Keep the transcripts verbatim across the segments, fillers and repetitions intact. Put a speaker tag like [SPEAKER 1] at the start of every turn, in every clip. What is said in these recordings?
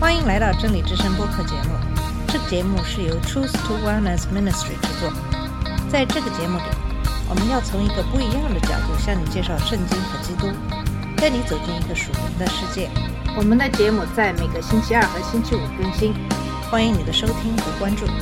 [SPEAKER 1] 欢迎来到真理之声播客节目。这个节目是由 Truth to Wellness Ministry 制作。在这个节目里，我们要从一个不一样的角度向你介绍圣经和基督，带你走进一个属灵的世界。我们的节目在每个星期二和星期五更新，欢迎你的收听和关注。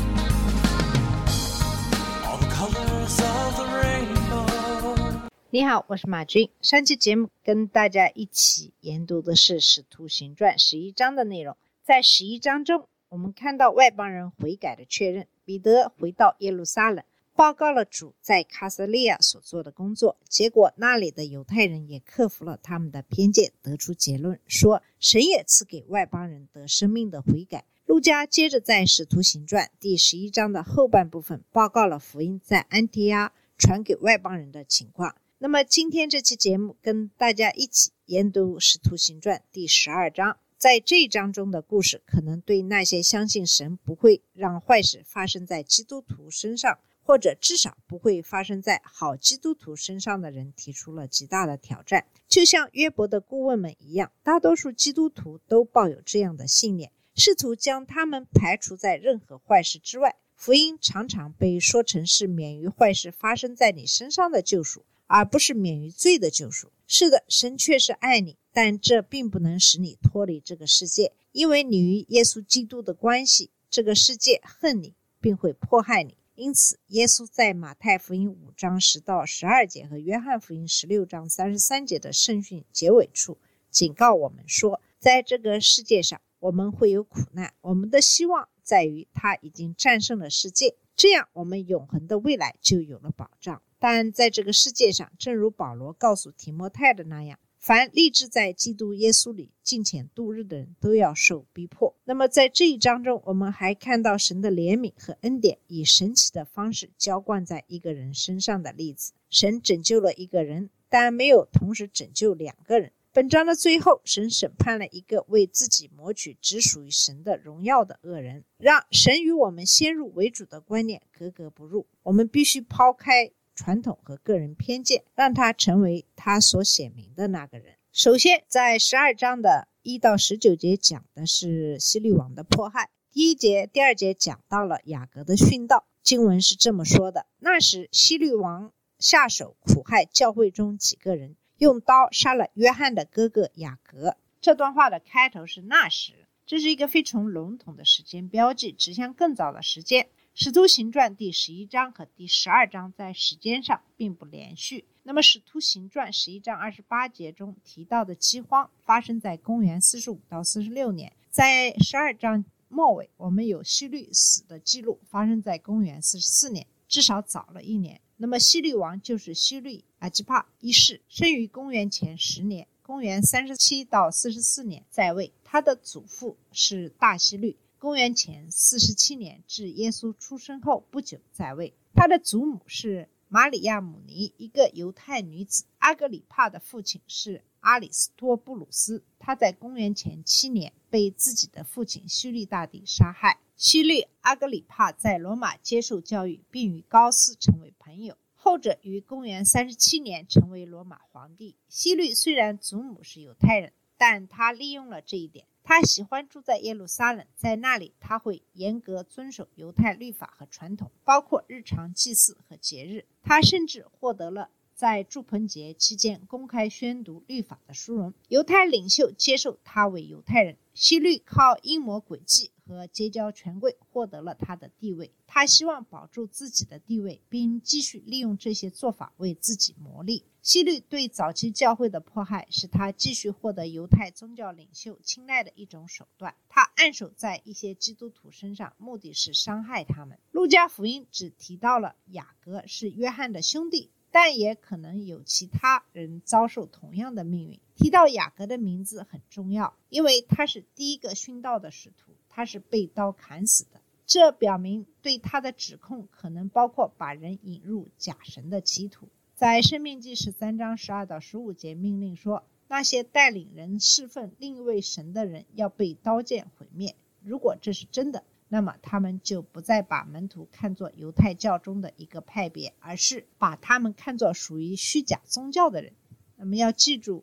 [SPEAKER 1] 你好，我是马军。上期节目跟大家一起研读的是使徒行传十一章的内容。在十一章中，我们看到外邦人悔改的确认。彼得回到耶路撒冷，报告了主在卡撒利亚所做的工作，结果那里的犹太人也克服了他们的偏见，得出结论说神也赐给外邦人得生命的悔改。路加接着在使徒行传第十一章的后半部分报告了福音在安提阿传给外邦人的情况。那么今天这期节目跟大家一起研读使徒行传第十二章。在这一章中的故事可能对那些相信神不会让坏事发生在基督徒身上，或者至少不会发生在好基督徒身上的人提出了极大的挑战。就像约伯的顾问们一样，大多数基督徒都抱有这样的信念，试图将他们排除在任何坏事之外。福音常常被说成是免于坏事发生在你身上的救赎，而不是免于罪的救赎。是的，神确实爱你，但这并不能使你脱离这个世界，因为你与耶稣基督的关系，这个世界恨你并会迫害你。因此耶稣在马太福音五章十到十二节和约翰福音十六章三十三节的圣训结尾处警告我们说，在这个世界上我们会有苦难，我们的希望在于他已经战胜了世界，这样我们永恒的未来就有了保障。但在这个世界上，正如保罗告诉提摩太的那样，凡立志在基督耶稣里敬虔度日的人都要受逼迫。那么在这一章中，我们还看到神的怜悯和恩典以神奇的方式浇灌在一个人身上的例子。神拯救了一个人，但没有同时拯救两个人。本章的最后，神审判了一个为自己谋取只属于神的荣耀的恶人，让神与我们先入为主的观念格格不入。我们必须抛开传统和个人偏见，让他成为他所显明的那个人。首先在十二章的一到十九节讲的是希律王的迫害。第一节第二节讲到了雅各的殉道。经文是这么说的，那时希律王下手苦害教会中几个人，用刀杀了约翰的哥哥雅各。这段话的开头是那时，这是一个非常笼统的时间标记，指向更早的时间。使徒行传第十一章和第十二章在时间上并不连续。那么使徒行传十一章二十八节中提到的饥荒发生在公元四十五到四十六年。在十二章末尾，我们有希律死的记录，发生在公元四十四年，至少早了一年。那么希律王就是希律阿基帕一世，生于公元前十年，公元三十七到四十四年在位。他的祖父是大希律，公元前四十七年至耶稣出生后不久在位。他的祖母是玛里亚姆尼，一个犹太女子。阿格里帕的父亲是阿里斯托布鲁斯，他在公元前七年被自己的父亲希律大帝杀害。希律阿格里帕在罗马接受教育，并与高斯成为朋友，后者于公元三十七年成为罗马皇帝。希律虽然祖母是犹太人，但他利用了这一点。他喜欢住在耶路撒冷，在那里他会严格遵守犹太律法和传统，包括日常祭祀和节日。他甚至获得了在住棚节期间公开宣读律法的殊荣。犹太领袖接受他为犹太人。希律靠阴谋诡计和结交权贵获得了他的地位。他希望保住自己的地位，并继续利用这些做法为自己谋利。希律对早期教会的迫害是他继续获得犹太宗教领袖青睐的一种手段。他暗手在一些基督徒身上，目的是伤害他们。路加福音只提到了雅各是约翰的兄弟，但也可能有其他人遭受同样的命运。提到雅各的名字很重要，因为他是第一个殉道的使徒，他是被刀砍死的。这表明对他的指控可能包括把人引入假神的歧途。在申命记十三章十二到十五节命令说，那些带领人侍奉另一位神的人要被刀剑毁灭。如果这是真的，那么他们就不再把门徒看作犹太教中的一个派别，而是把他们看作属于虚假宗教的人。那么要记住，对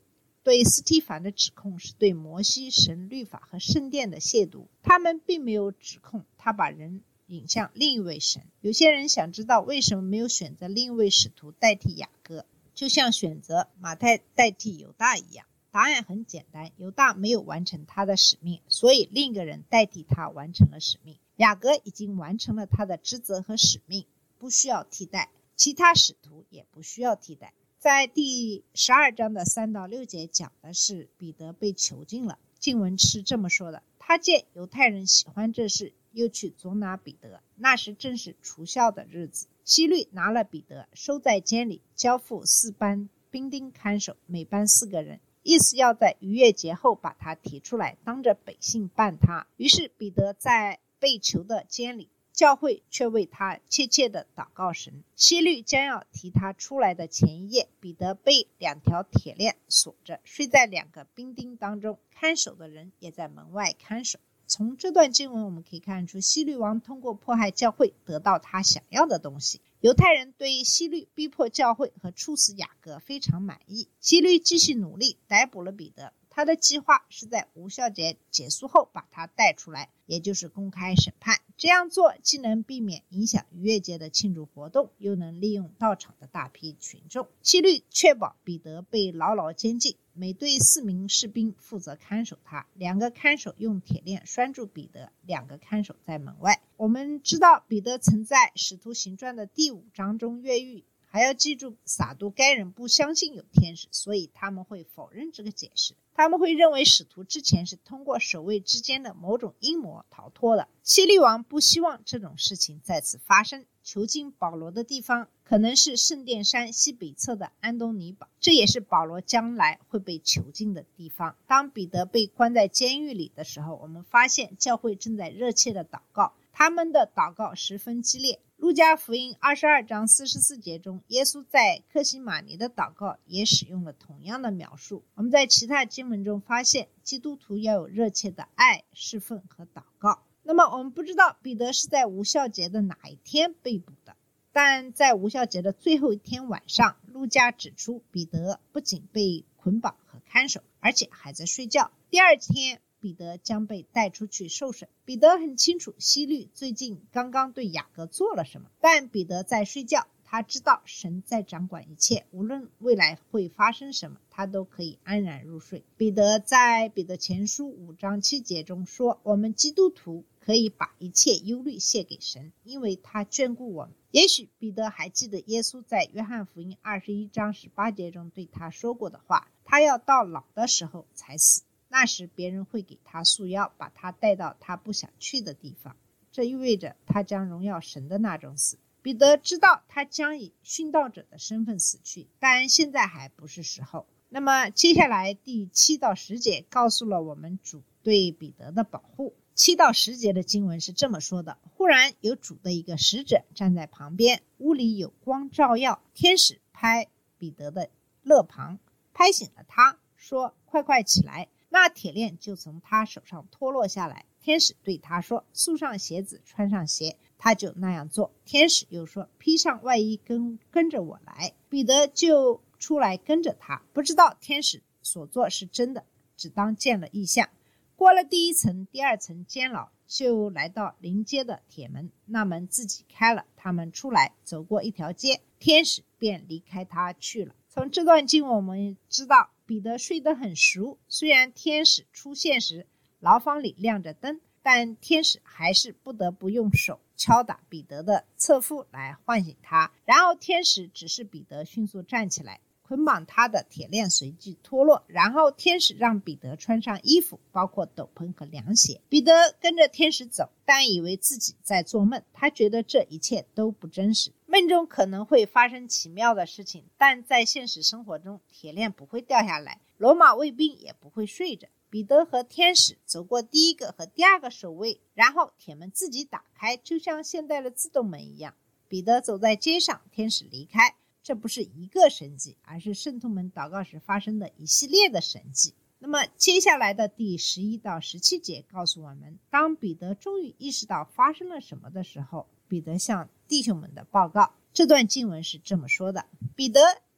[SPEAKER 1] 对斯提凡的指控是对摩西、神律法和圣殿的亵渎，他们并没有指控他把人引向另一位神。有些人想知道为什么没有选择另一位使徒代替雅各，就像选择马太代替犹大一样。答案很简单，犹大没有完成他的使命，所以另一个人代替他完成了使命。雅各已经完成了他的职责和使命，不需要替代，其他使徒也不需要替代。在第十二章的三到六节讲的是彼得被囚禁了，经文是这么说的：他见犹太人喜欢这事，又去捉拿彼得，那时正是除酵的日子。希律拿了彼得，收在监里，交付四班兵丁看守，每班四个人，意思要在逾越节后把他提出来，当着百姓办他。于是彼得在被囚的监里，教会却为他切切地祷告神。希律将要提他出来的前一夜，彼得被两条铁链锁着，睡在两个兵丁当中，看守的人也在门外看守。从这段经文我们可以看出，希律王通过迫害教会得到他想要的东西。犹太人对希律逼迫教会和处死雅各非常满意。希律继续努力逮捕了彼得，他的计划是在无酵节结束后把他带出来，也就是公开审判。这样做既能避免影响逾越节的庆祝活动，又能利用到场的大批群众。希律确保彼得被牢牢监禁，每队四名士兵负责看守他，两个看守用铁链拴住彼得，两个看守在门外。我们知道彼得曾在使徒行传的第五章中越狱，还要记住撒都该人不相信有天使，所以他们会否认这个解释。他们会认为使徒之前是通过守卫之间的某种阴谋逃脱的。希律王不希望这种事情再次发生，囚禁保罗的地方可能是圣殿山西北侧的安东尼堡，这也是保罗将来会被囚禁的地方。当彼得被关在监狱里的时候，我们发现教会正在热切的祷告，他们的祷告十分激烈。路加福音二十二章四十四节中，耶稣在客西马尼的祷告也使用了同样的描述。我们在其他经文中发现，基督徒要有热切的爱、侍奉和祷告。那么我们不知道彼得是在无酵节的哪一天被捕的，但在无酵节的最后一天晚上，路加指出彼得不仅被捆绑和看守，而且还在睡觉。第二天彼得将被带出去受审。彼得很清楚希律最近刚刚对雅各做了什么，但彼得在睡觉，他知道神在掌管一切，无论未来会发生什么，他都可以安然入睡。彼得在彼得前书五章七节中说，我们基督徒可以把一切忧虑卸给神，因为他眷顾我们。也许彼得还记得耶稣在约翰福音二十一章十八节中对他说过的话，他要到老的时候才死，那时别人会给他束腰，把他带到他不想去的地方，这意味着他将荣耀神的那种死。彼得知道他将以殉道者的身份死去，但现在还不是时候。那么接下来第七到十节告诉了我们主对彼得的保护。七到十节的经文是这么说的：忽然有主的一个使者站在旁边，屋里有光照耀，天使拍彼得的肋旁，拍醒了他，说快快起来。那铁链就从他手上脱落下来，天使对他说，束上鞋子，穿上鞋，他就那样做。天使又说，披上外衣，跟跟着我来。彼得就出来跟着他，不知道天使所做是真的，只当见了异象。过了第一层第二层监牢，就来到临街的铁门，那门自己开了，他们出来，走过一条街，天使便离开他去了。从这段经文我们知道彼得睡得很熟，虽然天使出现时牢房里亮着灯，但天使还是不得不用手敲打彼得的侧腹来唤醒他，然后天使指示彼得迅速站起来，捆绑他的铁链随即脱落，然后天使让彼得穿上衣服，包括斗篷和凉鞋。彼得跟着天使走，但以为自己在做梦，他觉得这一切都不真实。梦中可能会发生奇妙的事情，但在现实生活中，铁链不会掉下来，罗马卫兵也不会睡着。彼得和天使走过第一个和第二个守卫，然后铁门自己打开，就像现代的自动门一样。彼得走在街上，天使离开。这不是一个神迹，而是圣徒们祷告时发生的一系列的神迹。那么接下来的第十一到十七节告诉我们，当彼得终于意识到发生了什么的时候，彼得向弟兄们的报告。这段经文是这么说的：彼得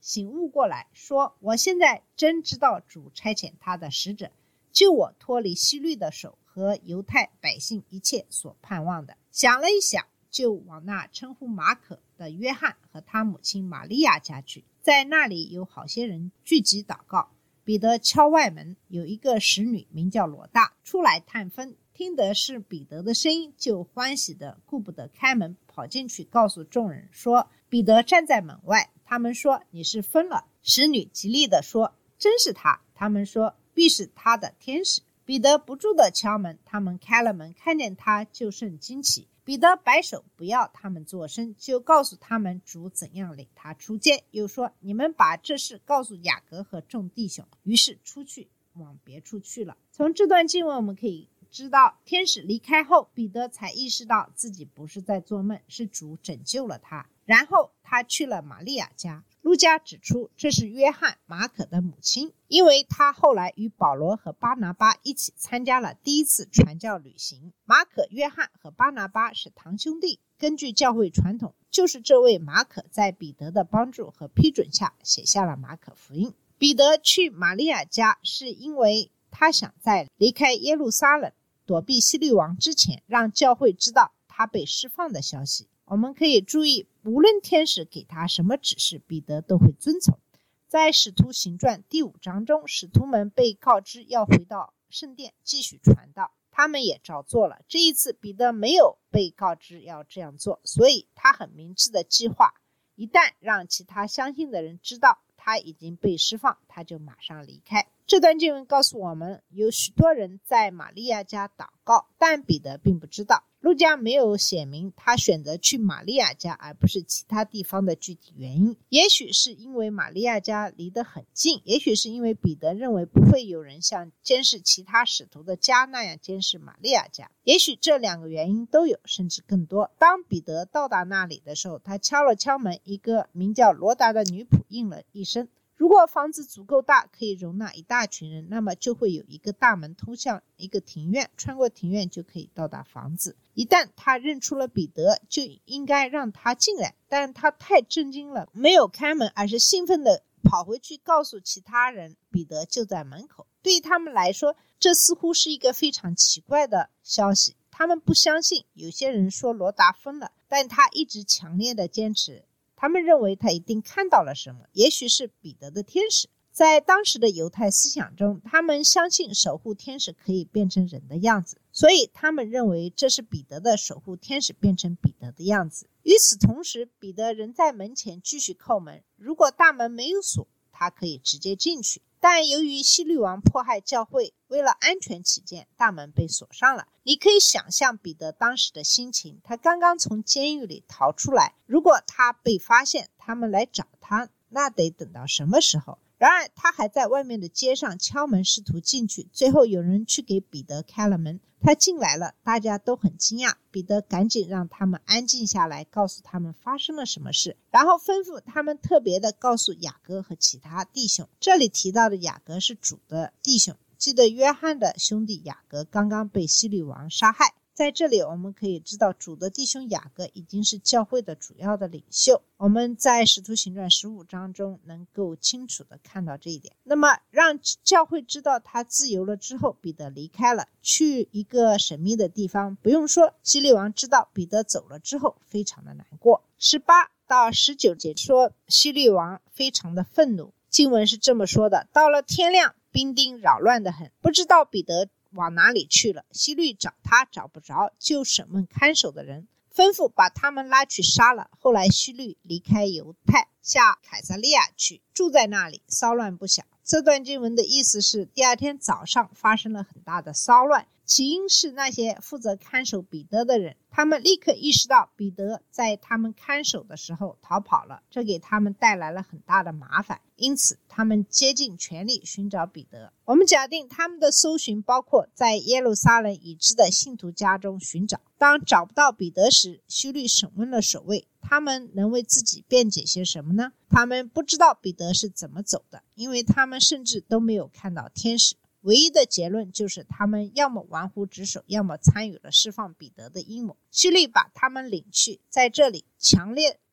[SPEAKER 1] 醒悟过来，说我现在真知道主差遣他的使者救我脱离希律的手和犹太百姓一切所盼望的。想了一想，就往那称呼马可的约翰和他母亲玛利亚家去，在那里有好些人聚集祷告。彼得敲外门，有一个使女名叫罗大出来探风，听得是彼得的声音，就欢喜的顾不得开门，跑进去告诉众人说，彼得站在门外。他们说，你是疯了。使女极力的说，真是他。他们说，必是他的天使。彼得不住的敲门，他们开了门，看见他就甚惊奇。彼得摆手不要他们作声，就告诉他们主怎样领他出监，又说，你们把这事告诉雅各和众弟兄。于是出去往别处去了。从这段经文我们可以知道，天使离开后，彼得才意识到自己不是在做梦，是主拯救了他。然后他去了玛利亚家。路加指出，这是约翰马可的母亲，因为他后来与保罗和巴拿巴一起参加了第一次传教旅行。马可、约翰和巴拿巴是堂兄弟，根据教会传统，就是这位马可在彼得的帮助和批准下写下了马可福音。彼得去玛利亚家是因为他想在离开耶路撒冷躲避希律王之前，让教会知道他被释放的消息。我们可以注意，无论天使给他什么指示，彼得都会遵从。在使徒行传第五章中，使徒们被告知要回到圣殿继续传道，他们也照做了。这一次彼得没有被告知要这样做，所以他很明智的计划，一旦让其他相信的人知道他已经被释放，他就马上离开。这段经文告诉我们，有许多人在玛利亚家祷告，但彼得并不知道。路加没有写明他选择去玛利亚家而不是其他地方的具体原因，也许是因为玛利亚家离得很近，也许是因为彼得认为不会有人像监视其他使徒的家那样监视玛利亚家，也许这两个原因都有，甚至更多。当彼得到达那里的时候，他敲了敲门，一个名叫罗达的女仆应了一声。如果房子足够大，可以容纳一大群人，那么就会有一个大门通向一个庭院，穿过庭院就可以到达房子。一旦他认出了彼得，就应该让他进来，但他太震惊了，没有开门，而是兴奋地跑回去告诉其他人彼得就在门口。对于他们来说，这似乎是一个非常奇怪的消息，他们不相信。有些人说罗达疯了，但他一直强烈地坚持，他们认为他一定看到了什么，也许是彼得的天使。在当时的犹太思想中，他们相信守护天使可以变成人的样子，所以他们认为这是彼得的守护天使变成彼得的样子。与此同时，彼得仍在门前继续叩门，如果大门没有锁，他可以直接进去。但由于希律王迫害教会，为了安全起见，大门被锁上了。你可以想象彼得当时的心情，他刚刚从监狱里逃出来，如果他被发现，他们来找他，那得等到什么时候？然而他还在外面的街上敲门试图进去，最后有人去给彼得开了门，他进来了，大家都很惊讶。彼得赶紧让他们安静下来，告诉他们发生了什么事，然后吩咐他们特别的告诉雅各和其他弟兄。这里提到的雅各是主的弟兄，记得约翰的兄弟雅各刚刚被希律王杀害。在这里我们可以知道，主的弟兄雅各已经是教会的主要的领袖，我们在使徒行传十五章中能够清楚地看到这一点。那么让教会知道他自由了之后，彼得离开了，去一个神秘的地方。不用说，希律王知道彼得走了之后非常的难过。十八到十九节说希律王非常的愤怒，经文是这么说的，到了天亮，兵丁扰乱得很，不知道彼得往哪里去了。希律找他找不着，就审问看守的人，吩咐把他们拉去杀了。后来希律离开犹太，下凯撒利亚去，住在那里，骚乱不小。这段经文的意思是，第二天早上发生了很大的骚乱，起因是那些负责看守彼得的人，他们立刻意识到彼得在他们看守的时候逃跑了，这给他们带来了很大的麻烦，因此他们竭尽全力寻找彼得。我们假定他们的搜寻包括在耶路撒冷已知的信徒家中寻找。当找不到彼得时，希律审问了守卫，他们能为自己辩解些什么呢？他们不知道彼得是怎么走的，因为他们甚至都没有看到天使。唯一的结论就是他们要么玩忽职守，要么参与了释放彼得的阴谋。希律把他们领去，在这里强烈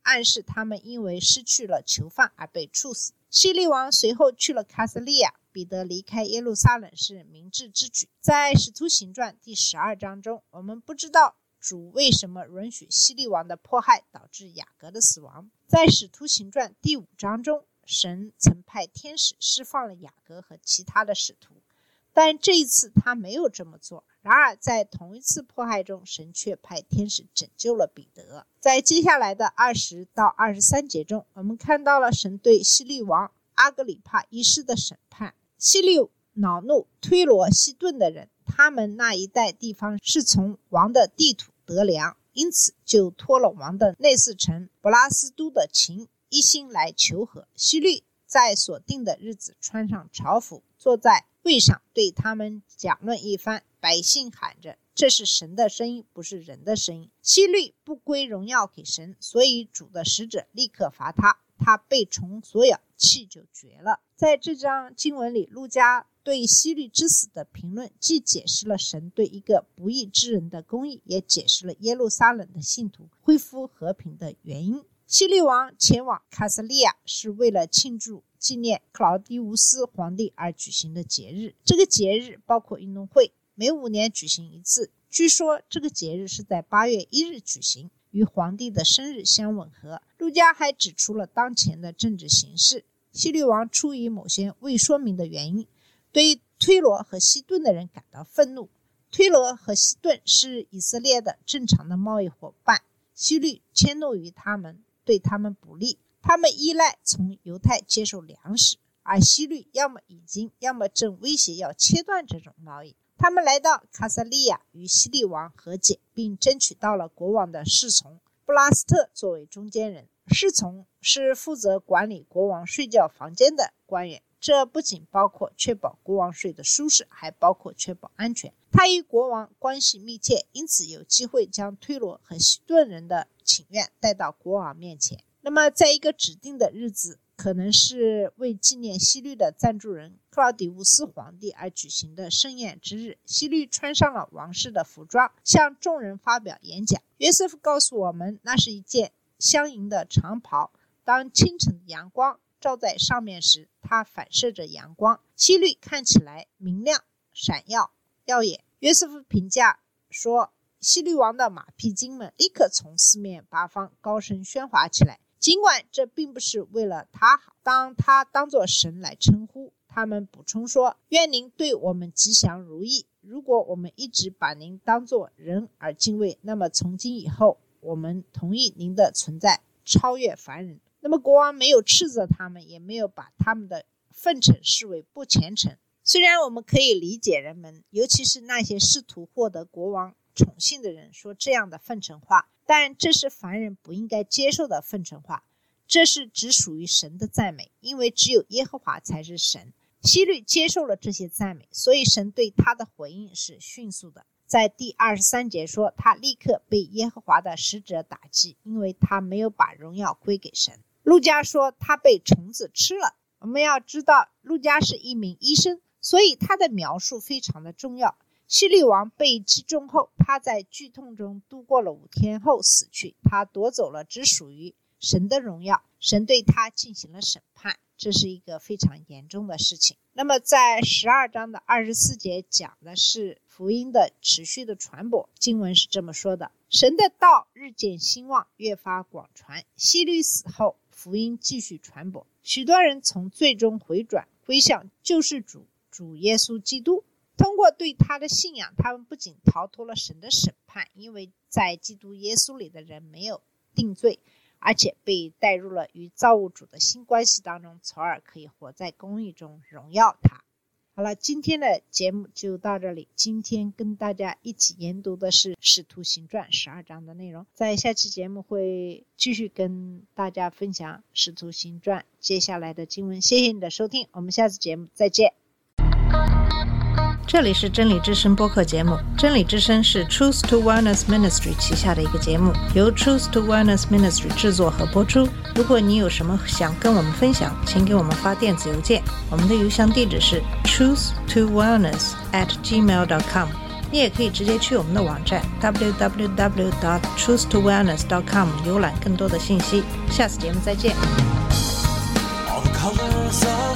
[SPEAKER 1] 暗示他们因为失去了囚犯而被处死。希律王随后去了卡萨利亚，彼得离开耶路撒冷是明智之举。在使徒行传第十二章中，我们不知道主为什么允许希律王的迫害导致雅各的死亡。在使徒行传第五章中，神曾派天使释放了雅各和其他的使徒，但这一次他没有这么做。然而在同一次迫害中，神却派天使拯救了彼得。在接下来的二十到二十三节中，我们看到了神对希律王阿格里帕一世的审判。希律恼怒推罗西顿的人，他们那一带地方是从王的地土得粮，因此就托了王的内侍臣布拉斯都的情，一心来求和。希律在所定的日子穿上朝服，坐在位上对他们讲论一番。百姓喊着，这是神的声音，不是人的声音。希律不归荣耀给神，所以主的使者立刻罚他，他被虫所咬，气就绝了。在这章经文里，路加对希律之死的评论既解释了神对一个不义之人的公义，也解释了耶路撒冷的信徒恢复和平的原因。希律王前往卡萨利亚是为了庆祝纪念克劳狄乌斯皇帝而举行的节日，这个节日包括运动会，每五年举行一次。据说这个节日是在八月一日举行，与皇帝的生日相吻合。路加还指出了当前的政治形势。希律王出于某些未说明的原因，对推罗和西顿的人感到愤怒。推罗和西顿是以色列的正常的贸易伙伴，希律迁怒于他们，对他们不利。他们依赖从犹太接受粮食，而希律要么已经，要么正威胁要切断这种贸易。他们来到卡萨利亚与希律王和解，并争取到了国王的侍从布拉斯特作为中间人。侍从是负责管理国王睡觉房间的官员，这不仅包括确保国王睡得舒适，还包括确保安全。他与国王关系密切，因此有机会将推罗和西顿人的请愿带到国王面前。那么在一个指定的日子，可能是为纪念希律的赞助人克劳狄乌斯皇帝而举行的盛宴之日，希律穿上了王室的服装，向众人发表演讲。约瑟夫告诉我们，那是一件镶银的长袍，当清晨的阳光照在上面时，它反射着阳光，希律看起来明亮闪耀耀眼。约瑟夫评价说，希律王的马匹精们立刻从四面八方高声喧哗起来，尽管这并不是为了他好，当他当作神来称呼。他们补充说，愿您对我们吉祥如意，如果我们一直把您当作人而敬畏，那么从今以后我们同意您的存在超越凡人。那么国王没有斥责他们，也没有把他们的奉承视为不虔诚。虽然我们可以理解人们，尤其是那些试图获得国王宠幸的人说这样的奉承话，但这是凡人不应该接受的奉承话。这是只属于神的赞美，因为只有耶和华才是神。希律接受了这些赞美，所以神对他的回应是迅速的。在第二十三节说，他立刻被耶和华的使者打击，因为他没有把荣耀归给神。路加说他被虫子吃了。我们要知道，路加是一名医生，所以他的描述非常的重要。希律王被击中后，他在剧痛中度过了五天后死去，他夺走了只属于神的荣耀，神对他进行了审判，这是一个非常严重的事情。那么在十二章的二十四节讲的是福音的持续的传播，经文是这么说的，神的道日渐兴旺，越发广传。希律死后，福音继续传播，许多人从最终回转归向救世主主耶稣基督。通过对他的信仰，他们不仅逃脱了神的审判，因为在基督耶稣里的人没有定罪，而且被带入了与造物主的新关系当中，从而可以活在公义中荣耀他。好了，今天的节目就到这里。今天跟大家一起研读的是使徒行传十二章的内容，在下期节目会继续跟大家分享使徒行传接下来的经文。谢谢你的收听，我们下次节目再见。这里是真理之声播客节目，真理之声是 Truth to Wellness Ministry 旗下的一个节目，由 Truth to Wellness Ministry 制作和播出。如果你有什么想跟我们分享，请给我们发电子邮件，我们的邮箱地址是 truth to wellness at gmail dot com 你也可以直接去我们的网站 double-u double-u double-u dot truth to wellness dot com 浏览更多的信息。下次节目再见。
[SPEAKER 2] All the colors of